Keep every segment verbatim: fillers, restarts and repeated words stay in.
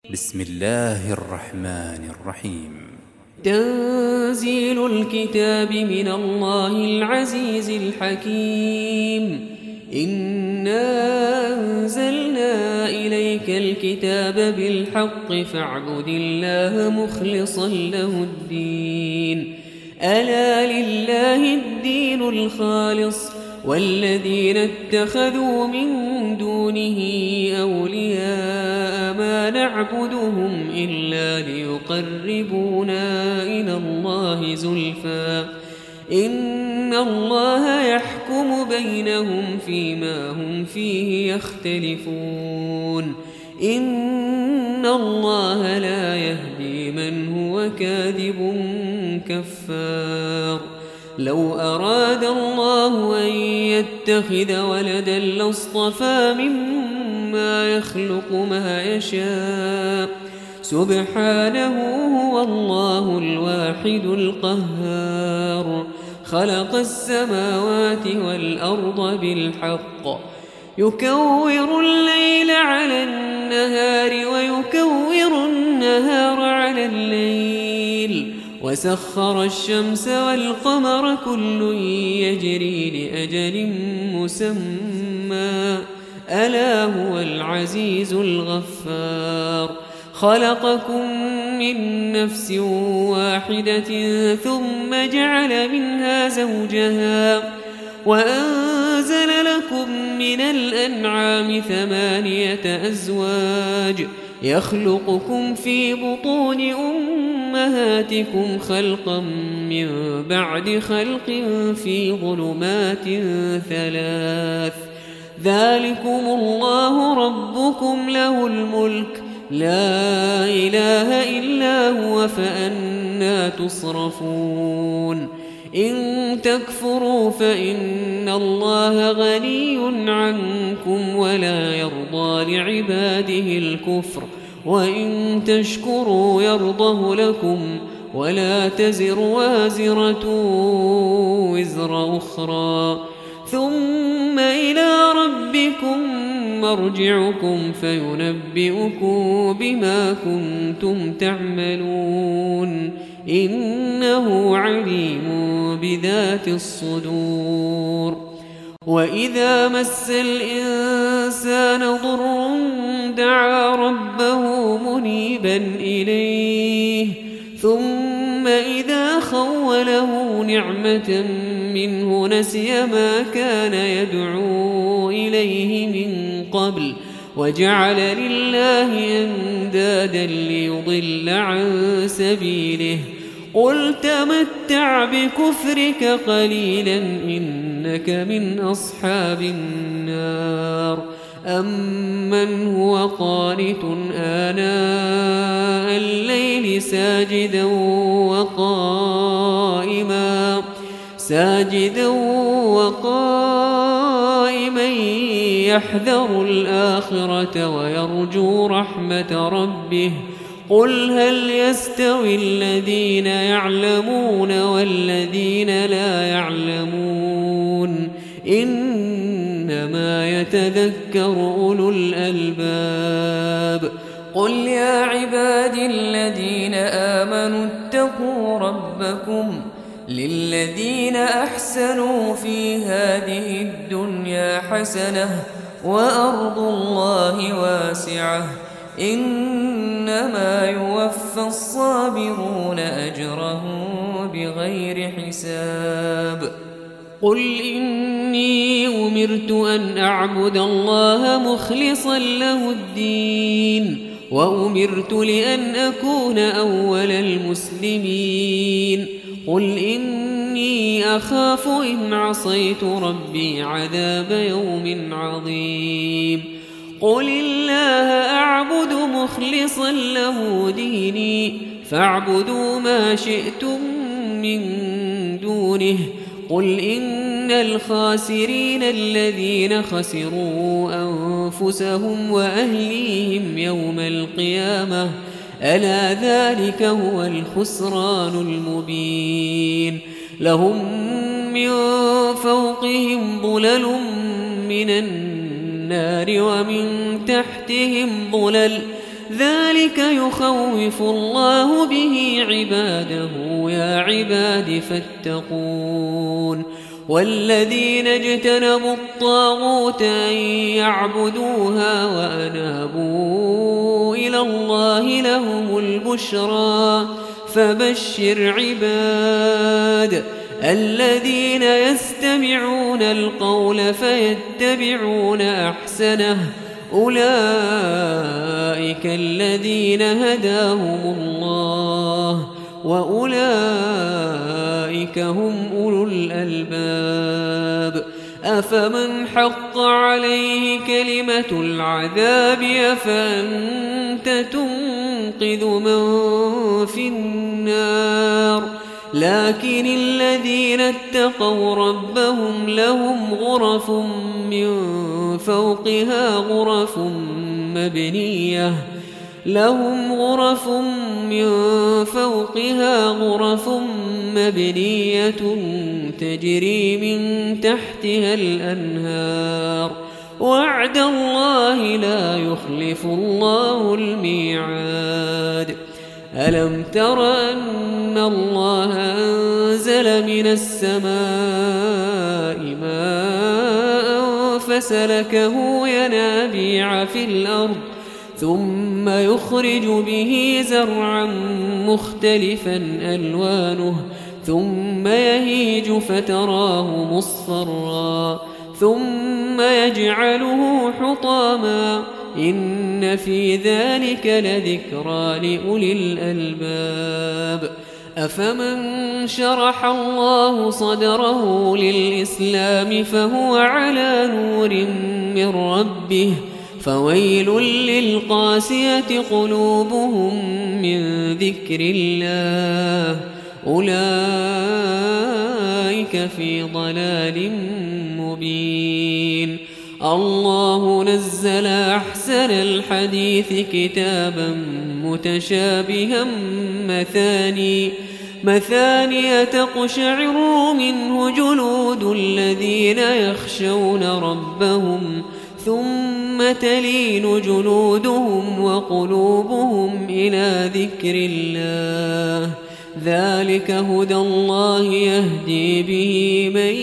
بسم الله الرحمن الرحيم. تنزيل الكتاب من الله العزيز الحكيم. إنا أنزلنا إليك الكتاب بالحق فاعبد الله مخلصا له الدين. ألا لله الدين الخالص والذين اتخذوا من دونه أولياء ما نعبدهم إلا ليقربونا إلى الله زلفى إن الله يحكم بينهم فيما هم فيه يختلفون. إن الله لا يهدي من هو كاذب كفار. لو أراد الله أن يتخذ ولدا لاصطفى مما يخلق ما يشاء سبحانه هو الله الواحد القهار. خلق السماوات والأرض بالحق يكور الليل على النهار ويكور النهار على الليل وسخر الشمس والقمر كل يجري لأجل مسمى ألا هو العزيز الغفار. خلقكم من نفس واحدة ثم جعل منها زوجها وأنزل لكم من الأنعام ثمانية أزواج يخلقكم في بطون أمهاتكم خلقا من بعد خلق في ظلمات ثلاث. ذلكم الله ربكم له الملك لا إله إلا هو فأنى تصرفون. إن تكفروا فإن الله غني عنكم ولا يرضى لعباده الكفر وإن تشكروا يرضه لكم ولا تزر وازرة وزر أخرى ثم إلى ربكم مرجعكم فينبئكم بما كنتم تعملون إنه عليم بذات الصدور. وإذا مس الإنسان ضر دعا ربه منيبا إليه ثم إذا خوله نعمة منه نسي ما كان يدعو إليه من قبل وجعل لله أندادا ليضل عن سبيله. قل تمتع بكفرك قليلا إنك من أصحاب النار. أمن هو قانت آناء الليل ساجدا وقائما ساجدا وقائما يحذر الآخرة ويرجو رحمة ربه. قل هل يستوي الذين يعلمون والذين لا يعلمون إنما يتذكر أولو الألباب. قل يا عبادي الذين آمنوا اتقوا ربكم للذين أحسنوا في هذه الدنيا حسنة وأرض الله واسعة إنما يوفى الصابرون أجرهم بغير حساب. قل إني أمرت أن أعبد الله مخلصا له الدين وأمرت لأن أكون أول المسلمين. قل إني أخاف إن عصيت ربي عذاب يوم عظيم. قل الله أعبد مخلصا له ديني فاعبدوا ما شئتم من دونه. قل إن الخاسرين الذين خسروا أنفسهم وأهليهم يوم القيامة ألا ذلك هو الخسران المبين. لهم من فوقهم ظلل من النار ومن تحتهم ظلل ذلك يخوف الله به عباده يا عباد فاتقون والذين اجتنبوا الطاغوت أن يعبدوها وأنابوا إلى الله لهم البشرى فبشر عباد الذين يستمعون القول فيتبعون أحسنه أولئك الذين هداهم الله وأولئك هم أولو الألباب أفمن حق عليه كلمة العذاب أفأنت تنقذ من في النار لكن الذين اتقوا ربهم لهم غرف من فوقها غرف مبنية لهم غرف من فوقها غرف مبنية تجري من تحتها الأنهار وعد الله لا يخلف الله الميعاد ألم تر أن الله أنزل من السماء ماء فسلكه ينابيع في الأرض ثم يخرج به زرعا مختلفا ألوانه ثم يهيج فتراه مصفرا ثم يجعله حطاما إن في ذلك لذكرى لأولي الألباب أفمن شرح الله صدره للإسلام فهو على نور من ربه فويل للقاسية قلوبهم من ذكر الله أولئك في ضلال مبين الله نزل أحسن الحديث كتابا متشابها مثاني مثانية تقشعر منه جلود الذين يخشون ربهم ثم تلين جلودهم وقلوبهم إلى ذكر الله ذلك هدى الله يهدي به من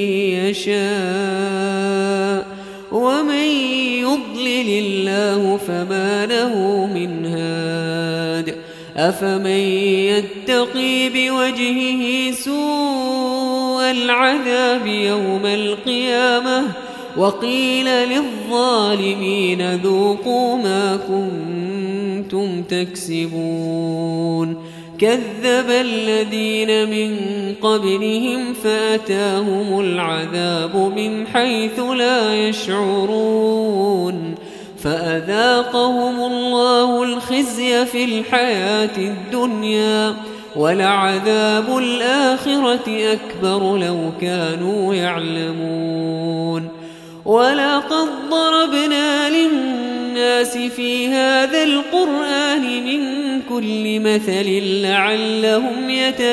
يشاء ومن يضلل الله فما له من هاد أفمن يتقي بوجهه سوء العذاب يوم القيامة وقيل للظالمين ذوقوا ما كنتم تكسبون كذب الذين من قبلهم فأتاهم العذاب من حيث لا يشعرون فأذاقهم الله الخزي في الحياة الدنيا ولعذاب الآخرة أكبر لو كانوا يعلمون ولقد ضربنا للناس في هذا القرآن من كل مثل لعلهم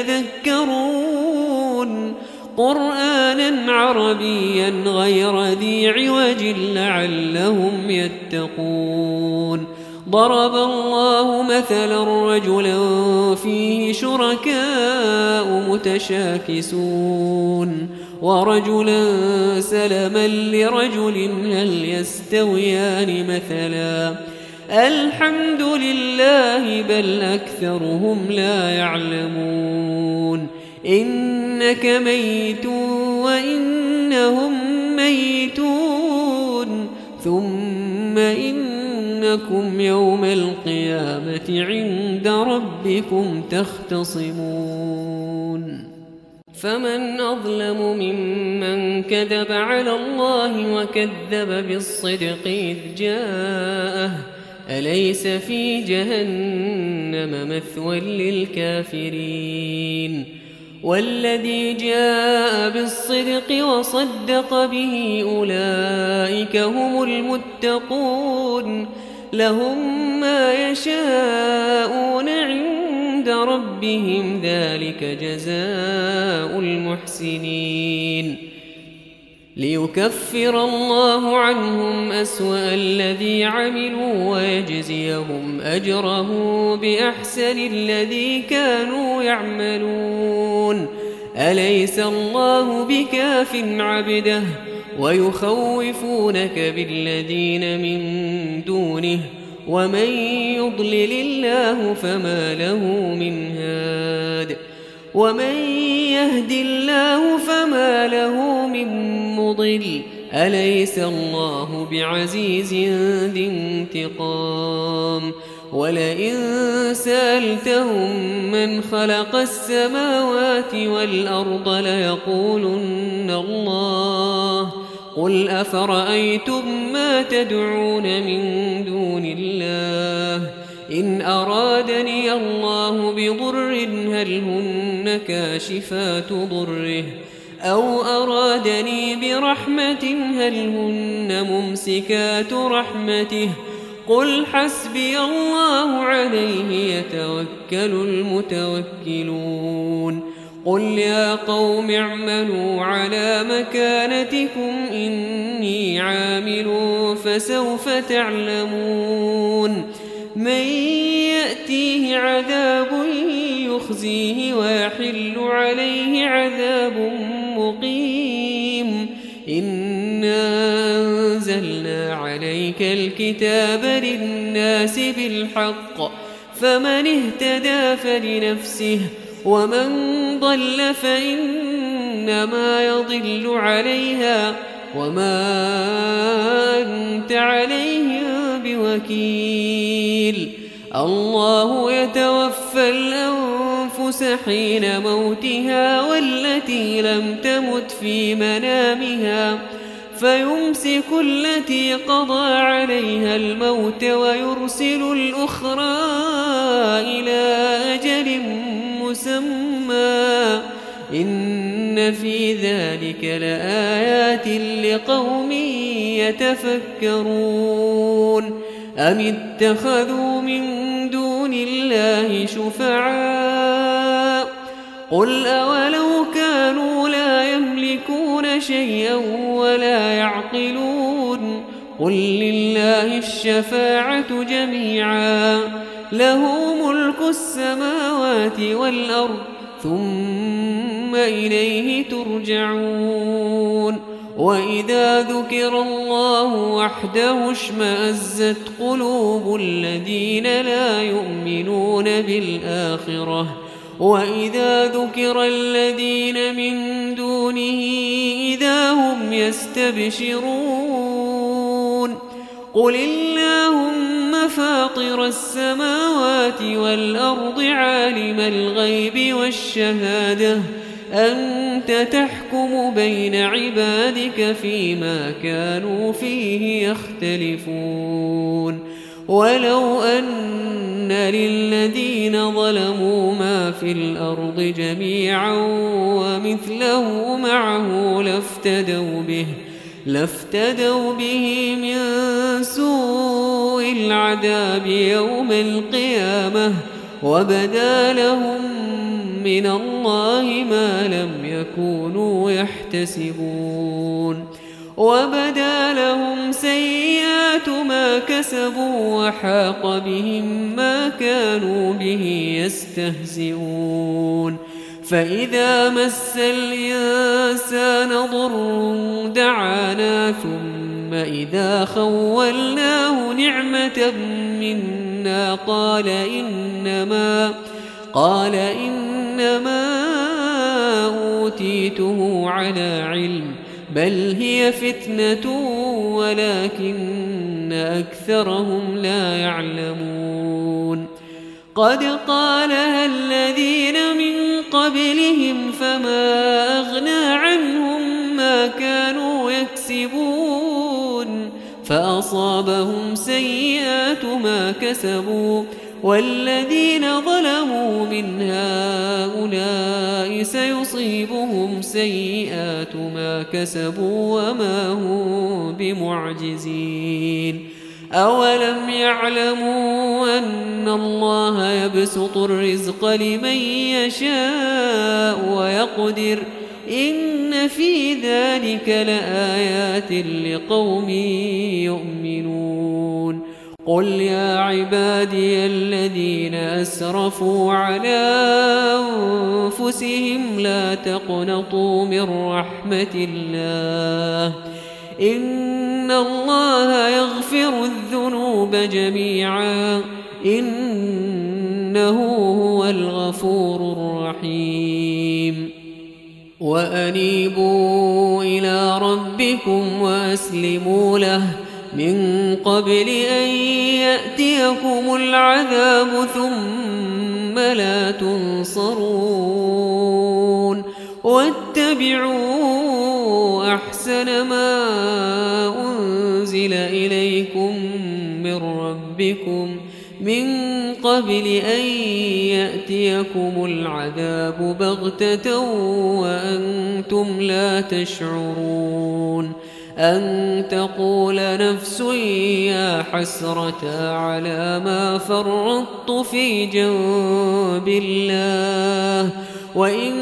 يتذكرون قرآنا عربيا غير ذي عوج لعلهم يتقون ضرب الله مثلا رجلا فيه شركاء متشاكسون ورجلا سلما لرجل هل يستويان مثلا الحمد لله بل أكثرهم لا يعلمون إنك ميت وإنهم ميتون ثم إنكم يوم القيامة عند ربكم تختصمون فمن أظلم ممن كذب على الله وكذب بالصدق إذ جاءه أليس في جهنم مثوى للكافرين والذي جاء بالصدق وصدق به أولئك هم المتقون لهم ما يشاءون عند ربهم ذلك جزاء المحسنين ليكفر الله عنهم أسوأ الذي عملوا ويجزيهم أجره بأحسن الذي كانوا يعملون. أليس الله بكاف عبده ويخوفونك بالذين من دونه ومن يضلل الله فما له من هاد ومن يهد الله فما له من مضل. أليس الله بعزيز ذي انتقام؟ ولئن سألتهم من خلق السماوات والأرض ليقولن الله. قل أفرأيتم ما تدعون من دون الله إن أرادني الله بضر هل هن كاشفات ضره أو أرادني برحمة هل هن ممسكات رحمته قل حسبي الله عليه يتوكل المتوكلون. قل يا قوم اعملوا على مكانتكم إني عامل فسوف تعلمون من يأتيه عذاب يخزيه ويحل عليه عذاب مقيم. إنا أنزلنا عليك الكتاب للناس بالحق فمن اهتدى فلنفسه ومن ضل فإنما يضل عليها وما أنت عليهم بوكيل. الله يتوفى الأنفس حين موتها والتي لم تمت في منامها فيمسك التي قضى عليها الموت ويرسل الأخرى إلى أجل مسمى إن في ذلك لآيات لقوم يتفكرون. أم اتخذوا من دون الله شفعاء قل أولو كانوا لا يملكون شيئا ولا يعقلون قل لله الشفاعة جميعا له ملك السماوات والأرض ثم إليه ترجعون. وإذا ذكر الله وحده اشمأزت قلوب الذين لا يؤمنون بالآخرة وإذا ذكر الذين من دونه إذا هم يستبشرون. قل اللهم فاطر السماوات والأرض عالم الغيب والشهادة أنت تحكم بين عبادك فيما كانوا فيه يختلفون. ولو أن للذين ظلموا ما في الأرض جميعا ومثله معه لافتدوا به لافتدوا به من سوء العذاب يوم القيامة وبدا لهم من الله ما لم يكونوا يحتسبون. وبدا لهم سيئات ما كسبوا وحاق بهم ما كانوا به يستهزئون. فإذا مس الإنسان ضر دعانا ثم إذا خولناه نعمة منا قال إنما قال إنما أوتيته على علم بل هي فتنة ولكن أكثرهم لا يعلمون. قد قالها الذين من قبلهم فما أغنى عنهم ما كانوا يكسبون فأصابهم سيئات ما كسبوا والذين ظلموا من هؤلاء سيصيبهم سيئات ما كسبوا وما هم بمعجزين. أولم يعلموا أن الله يبسط الرزق لمن يشاء ويقدر إن في ذلك لآيات لقوم يؤمنون قل يا عبادي الذين أسرفوا على أنفسهم لا تقنطوا من رحمة الله إن الله يغفر الذنوب جميعا إنه هو الغفور الرحيم وأنيبوا إلى ربكم وأسلموا له من قبل أن يأتيكم العذاب ثم لا تنصرون واتبعوا أحسن ما أنزل إليكم من ربكم من قبل أن يأتيكم العذاب بغتة وأنتم لا تشعرون أن تقول نفس يا حسرة على ما فرطت في جنب الله وإن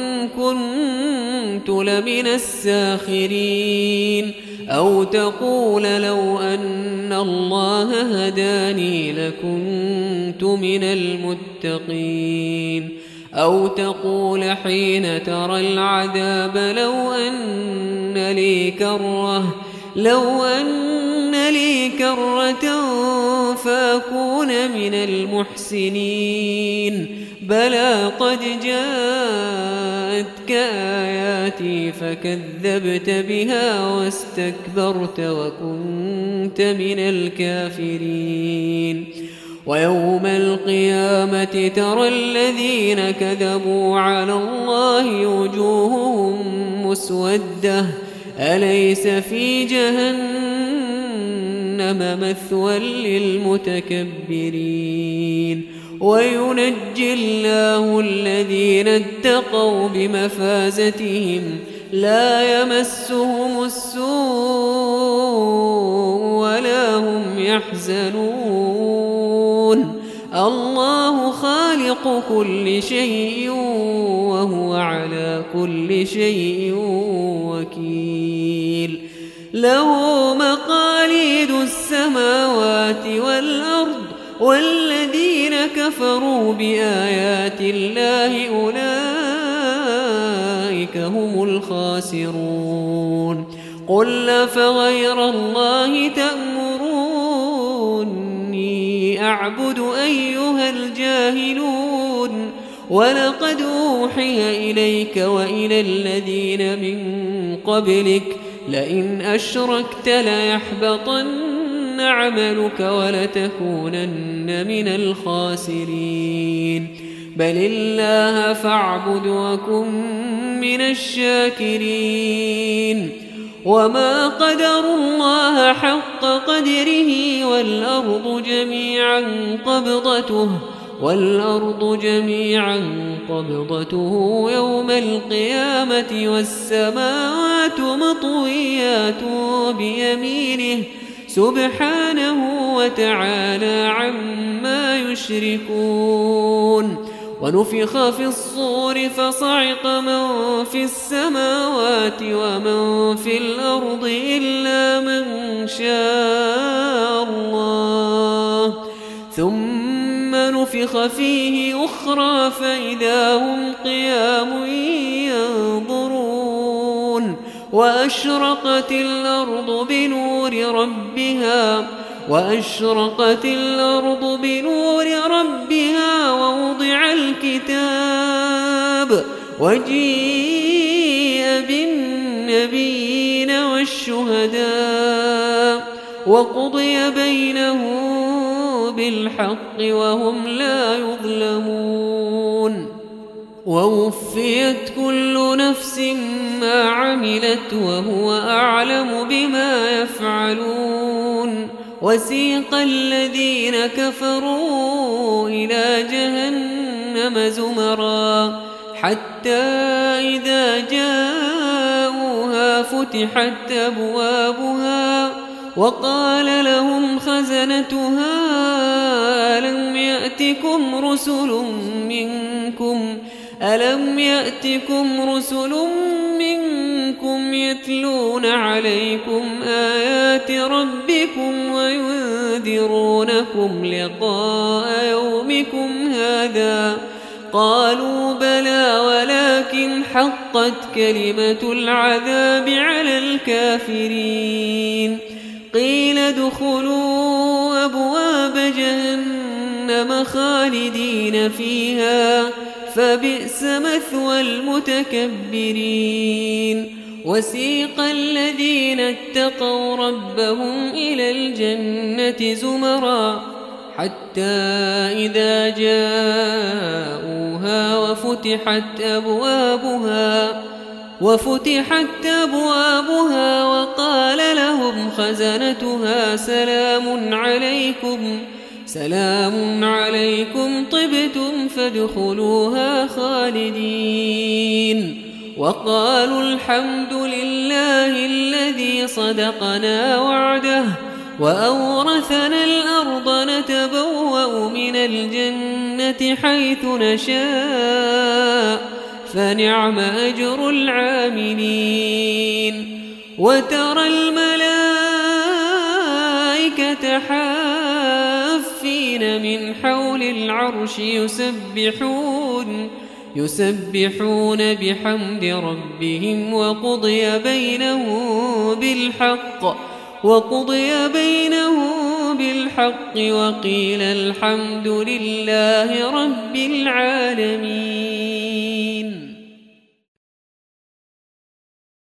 كنت لمن الساخرين أو تقول لو أن الله هداني لكنت من المتقين أو تقول حين ترى العذاب لو أن لي كرة لو أن لي كرة فأكون من المحسنين بلى قد جاءتك آياتي فكذبت بها واستكبرت وكنت من الكافرين ويوم القيامة ترى الذين كذبوا على الله وجوههم مسودة أليس في جهنم مثوى للمتكبرين وينجي الله الذين اتقوا بمفازتهم لا يمسهم السوء ولا هم يحزنون الله خالق كل شيء وهو على كل شيء وكيل له مقاليد السماوات والأرض والذين كفروا بآيات الله أولئك هم الخاسرون قل أفغير الله تأمروني أعبد أيها الجاهلون ولقد أوحي إليك وإلى الذين من قبلك لئن أشركت ليحبطن عملك ولتكونن من الخاسرين بل الله فاعبد وكن من الشاكرين وما قدروا الله حق قدره والأرض جميعا قبضته والأرض جميعا قبضته يوم القيامة والسماوات مطويات بيمينه سبحانه وتعالى عما يشركون ونفخ في الصور فصعق من في السماوات ومن في الأرض إلا من شاء الله ثم نفخ فيه أخرى فإذا هم قيام ينظرون وأشرقت الأرض بنور ربها وأشرقت الأرض بنور ربها ووضع الكتاب وجيء بالنبيين والشهداء وقضي بينهم بالحق وهم لا يظلمون ووفيت كل نفس ما عملت وهو أعلم بما يفعلون وسيق الذين كفروا إلى جهنم زمرا حتى إذا جاءوها فتحت أبوابها وقال لهم خزنتها ألم يأتكم رسل منكم ألم يأتكم رسل منكم يتلون عليكم آيات ربكم وينذرونكم لقاء يومكم هذا؟ قالوا بلى ولكن حقت كلمة العذاب على الكافرين. قيل ادخلوا أبواب جهنم خالدين فيها فبئس مثوى المتكبرين. وسيق الذين اتقوا ربهم إلى الجنة زمرا حتى إذا جاءوها وفتحت أبوابها وفتحت أبوابها وقال لهم خزنتها سلام عليكم سلام عليكم طبتم فادخلوها خالدين. وقالوا الحمد لله الذي صدقنا وعده وأورثنا الأرض نتبوأ من الجنة حيث نشاء فنعم أجر العاملين. وترى الملائكة حافين من حول العرش يسبحون يسبحون بحمد ربهم وقضي بينهم بالحق وقضي بينهم بالحق وقيل الحمد لله رب العالمين.